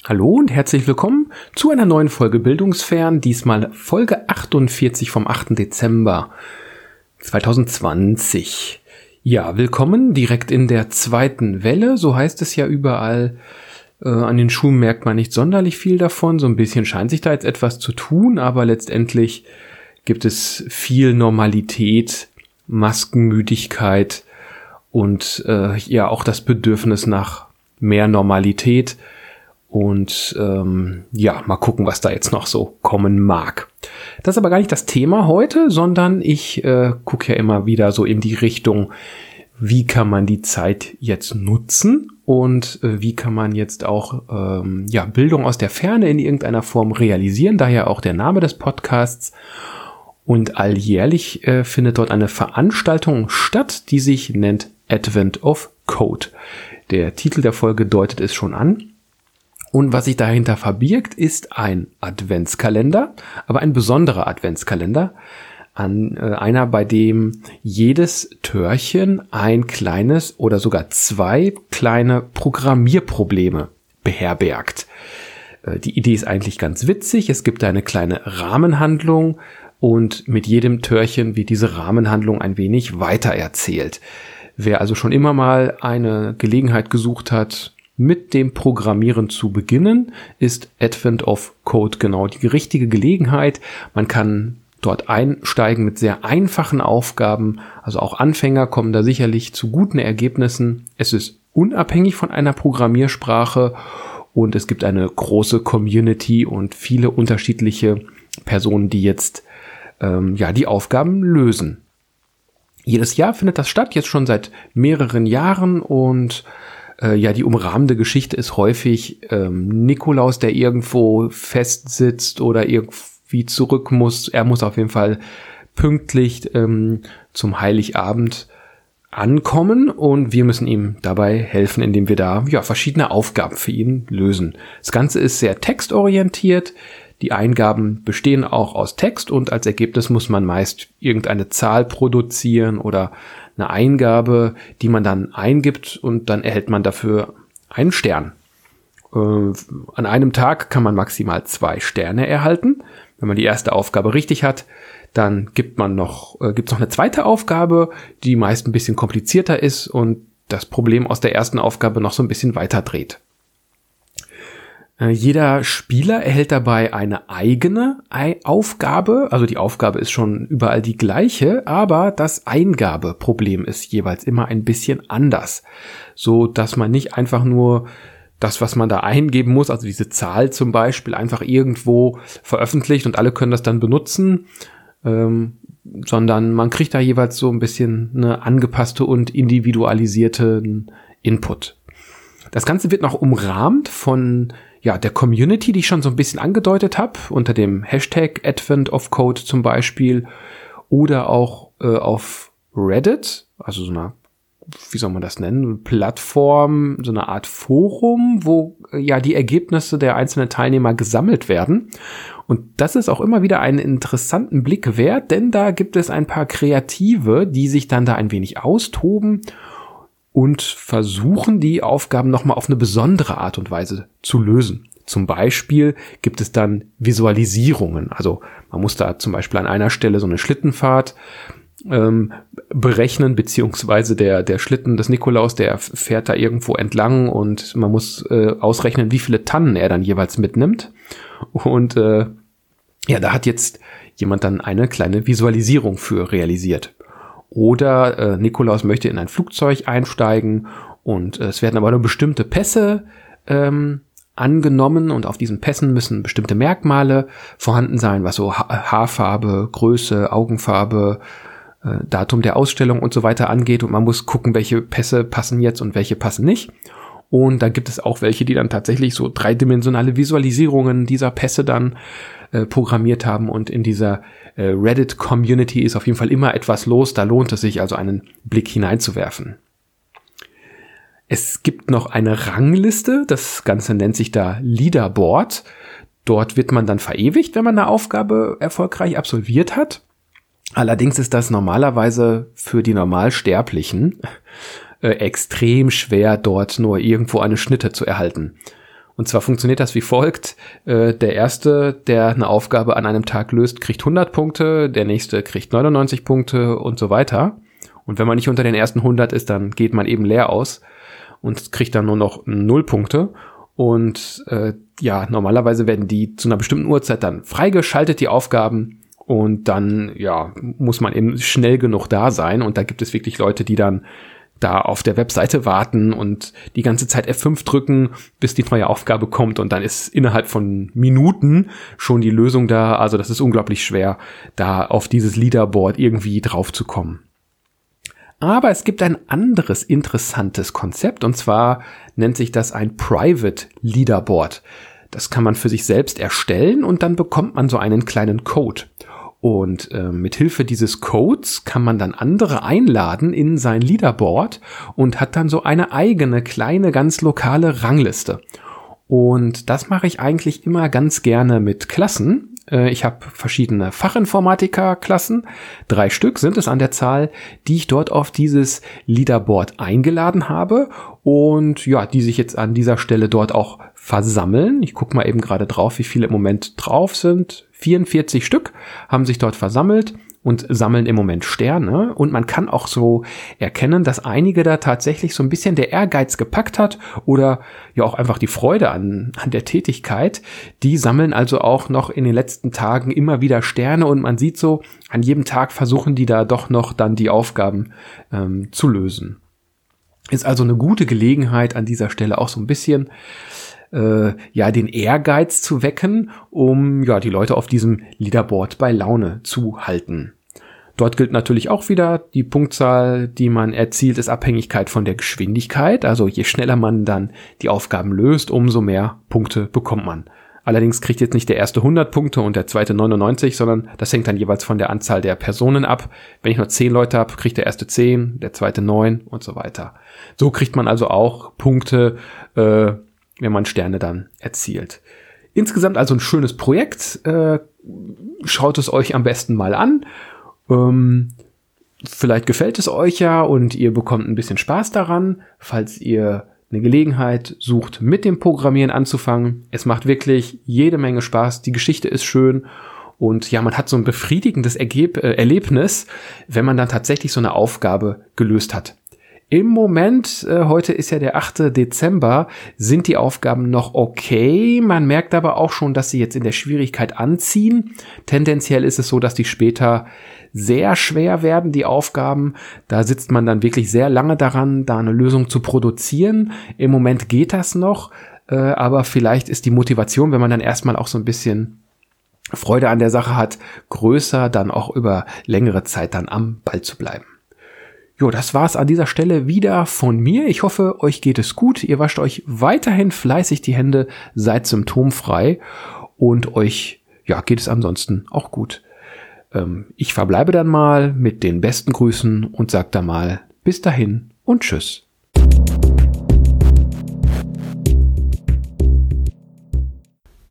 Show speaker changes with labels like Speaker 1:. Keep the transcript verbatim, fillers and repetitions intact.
Speaker 1: Hallo und herzlich willkommen zu einer neuen Folge Bildungsfern, diesmal Folge achtundvierzig vom achten Dezember zweitausendzwanzig. Ja, willkommen direkt in der zweiten Welle, so heißt es ja überall. Äh, an den Schulen merkt man nicht sonderlich viel davon, so ein bisschen scheint sich da jetzt etwas zu tun, aber letztendlich gibt es viel Normalität, Maskenmüdigkeit und äh, ja auch das Bedürfnis nach mehr Normalität. Und ähm, ja, mal gucken, was da jetzt noch so kommen mag. Das ist aber gar nicht das Thema heute, sondern ich äh, gucke ja immer wieder so in die Richtung, wie kann man die Zeit jetzt nutzen und äh, wie kann man jetzt auch ähm, ja Bildung aus der Ferne in irgendeiner Form realisieren, daher auch der Name des Podcasts. Und alljährlich äh, findet dort eine Veranstaltung statt, die sich nennt Advent of Code. Der Titel der Folge deutet es schon an. Und was sich dahinter verbirgt, ist ein Adventskalender, aber ein besonderer Adventskalender, an äh, einer, bei dem jedes Türchen ein kleines oder sogar zwei kleine Programmierprobleme beherbergt. Äh, die Idee ist eigentlich ganz witzig. Es gibt eine kleine Rahmenhandlung und mit jedem Türchen wird diese Rahmenhandlung ein wenig weitererzählt. Wer also schon immer mal eine Gelegenheit gesucht hat, mit dem Programmieren zu beginnen, ist Advent of Code genau die richtige Gelegenheit. Man kann dort einsteigen mit sehr einfachen Aufgaben, also auch Anfänger kommen da sicherlich zu guten Ergebnissen. Es ist unabhängig von einer Programmiersprache und es gibt eine große Community und viele unterschiedliche Personen, die jetzt ähm, ja die Aufgaben lösen. Jedes Jahr findet das statt, jetzt schon seit mehreren Jahren und ja, die umrahmende Geschichte ist häufig ähm, Nikolaus, der irgendwo festsitzt oder irgendwie zurück muss. Er muss auf jeden Fall pünktlich ähm, zum Heiligabend ankommen und wir müssen ihm dabei helfen, indem wir da ja verschiedene Aufgaben für ihn lösen. Das Ganze ist sehr textorientiert. Die Eingaben bestehen auch aus Text und als Ergebnis muss man meist irgendeine Zahl produzieren oder eine Eingabe, die man dann eingibt und dann erhält man dafür einen Stern. Äh, an einem Tag kann man maximal zwei Sterne erhalten. Wenn man die erste Aufgabe richtig hat, dann gibt man noch, äh, gibt's noch eine zweite Aufgabe, die meist ein bisschen komplizierter ist und das Problem aus der ersten Aufgabe noch so ein bisschen weiter dreht. Jeder Spieler erhält dabei eine eigene Aufgabe, also die Aufgabe ist schon überall die gleiche, aber das Eingabeproblem ist jeweils immer ein bisschen anders, so dass man nicht einfach nur das, was man da eingeben muss, also diese Zahl zum Beispiel, einfach irgendwo veröffentlicht und alle können das dann benutzen, ähm, sondern man kriegt da jeweils so ein bisschen eine angepasste und individualisierte Input. Das Ganze wird noch umrahmt von ja, der Community, die ich schon so ein bisschen angedeutet habe, unter dem Hashtag Advent of Code zum Beispiel oder auch äh, auf Reddit, also so eine, wie soll man das nennen, eine Plattform, so eine Art Forum, wo äh, ja die Ergebnisse der einzelnen Teilnehmer gesammelt werden. Und das ist auch immer wieder einen interessanten Blick wert, denn da gibt es ein paar Kreative, die sich dann da ein wenig austoben und versuchen, die Aufgaben nochmal auf eine besondere Art und Weise zu lösen. Zum Beispiel gibt es dann Visualisierungen. Also man muss da zum Beispiel an einer Stelle so eine Schlittenfahrt ähm, berechnen, beziehungsweise der, der Schlitten des Nikolaus, der fährt da irgendwo entlang und man muss äh, ausrechnen, wie viele Tannen er dann jeweils mitnimmt. Und äh, ja, da hat jetzt jemand dann eine kleine Visualisierung für realisiert. Oder äh, Nikolaus möchte in ein Flugzeug einsteigen und äh, es werden aber nur bestimmte Pässe ähm, angenommen und auf diesen Pässen müssen bestimmte Merkmale vorhanden sein, was so ha- Haarfarbe, Größe, Augenfarbe, äh, Datum der Ausstellung und so weiter angeht und man muss gucken, welche Pässe passen jetzt und welche passen nicht. Und da gibt es auch welche, die dann tatsächlich so dreidimensionale Visualisierungen dieser Pässe dann äh, programmiert haben und in dieser äh, Reddit-Community ist auf jeden Fall immer etwas los, da lohnt es sich also einen Blick hineinzuwerfen. Es gibt noch eine Rangliste, das Ganze nennt sich da Leaderboard. Dort wird man dann verewigt, wenn man eine Aufgabe erfolgreich absolviert hat. Allerdings ist das normalerweise für die Normalsterblichen äh, extrem schwer, dort nur irgendwo eine Schnitte zu erhalten. Und zwar funktioniert das wie folgt. Äh, der Erste, der eine Aufgabe an einem Tag löst, kriegt hundert Punkte, der Nächste kriegt neunundneunzig Punkte und so weiter. Und wenn man nicht unter den ersten hundert ist, dann geht man eben leer aus und kriegt dann nur noch null Punkte. Und äh, ja, normalerweise werden die zu einer bestimmten Uhrzeit dann freigeschaltet, die Aufgaben. Und dann, ja, muss man eben schnell genug da sein. Und da gibt es wirklich Leute, die dann da auf der Webseite warten und die ganze Zeit F fünf drücken, bis die neue Aufgabe kommt. Und dann ist innerhalb von Minuten schon die Lösung da. Also das ist unglaublich schwer, da auf dieses Leaderboard irgendwie drauf zu kommen. Aber es gibt ein anderes interessantes Konzept. Und zwar nennt sich das ein Private Leaderboard. Das kann man für sich selbst erstellen und dann bekommt man so einen kleinen Code. Und äh, mit Hilfe dieses Codes kann man dann andere einladen in sein Leaderboard und hat dann so eine eigene kleine, ganz lokale Rangliste. Und das mache ich eigentlich immer ganz gerne mit Klassen. Äh, ich habe verschiedene Fachinformatiker-Klassen, drei Stück sind es an der Zahl, die ich dort auf dieses Leaderboard eingeladen habe und ja, die sich jetzt an dieser Stelle dort auch versammeln. Ich gucke mal eben gerade drauf, wie viele im Moment drauf sind. vierundvierzig Stück haben sich dort versammelt und sammeln im Moment Sterne. Und man kann auch so erkennen, dass einige da tatsächlich so ein bisschen der Ehrgeiz gepackt hat oder ja auch einfach die Freude an, an der Tätigkeit. Die sammeln also auch noch in den letzten Tagen immer wieder Sterne und man sieht so, an jedem Tag versuchen die da doch noch dann die Aufgaben ähm, zu lösen. Ist also eine gute Gelegenheit an dieser Stelle auch so ein bisschen Äh, ja, den Ehrgeiz zu wecken, um ja die Leute auf diesem Leaderboard bei Laune zu halten. Dort gilt natürlich auch wieder, die Punktzahl, die man erzielt, ist Abhängigkeit von der Geschwindigkeit. Also je schneller man dann die Aufgaben löst, umso mehr Punkte bekommt man. Allerdings kriegt jetzt nicht der erste hundert Punkte und der zweite neunundneunzig, sondern das hängt dann jeweils von der Anzahl der Personen ab. Wenn ich nur zehn Leute habe, kriegt der erste zehn, der zweite neun und so weiter. So kriegt man also auch Punkte, äh, wenn man Sterne dann erzielt. Insgesamt also ein schönes Projekt. Äh, schaut es euch am besten mal an. Ähm, vielleicht gefällt es euch ja und ihr bekommt ein bisschen Spaß daran, falls ihr eine Gelegenheit sucht, mit dem Programmieren anzufangen. Es macht wirklich jede Menge Spaß. Die Geschichte ist schön. Und ja, man hat so ein befriedigendes Ergeb- äh, Erlebnis, wenn man dann tatsächlich so eine Aufgabe gelöst hat. Im Moment, äh, heute ist ja der achte Dezember, sind die Aufgaben noch okay. Man merkt aber auch schon, dass sie jetzt in der Schwierigkeit anziehen. Tendenziell ist es so, dass die später sehr schwer werden, die Aufgaben. Da sitzt man dann wirklich sehr lange daran, da eine Lösung zu produzieren. Im Moment geht das noch, äh, aber vielleicht ist die Motivation, wenn man dann erstmal auch so ein bisschen Freude an der Sache hat, größer, dann auch über längere Zeit dann am Ball zu bleiben. Jo, das war's an dieser Stelle wieder von mir. Ich hoffe, euch geht es gut. Ihr wascht euch weiterhin fleißig die Hände, seid symptomfrei und euch, ja, geht es ansonsten auch gut. Ähm, ich verbleibe dann mal mit den besten Grüßen und sag dann mal bis dahin und tschüss.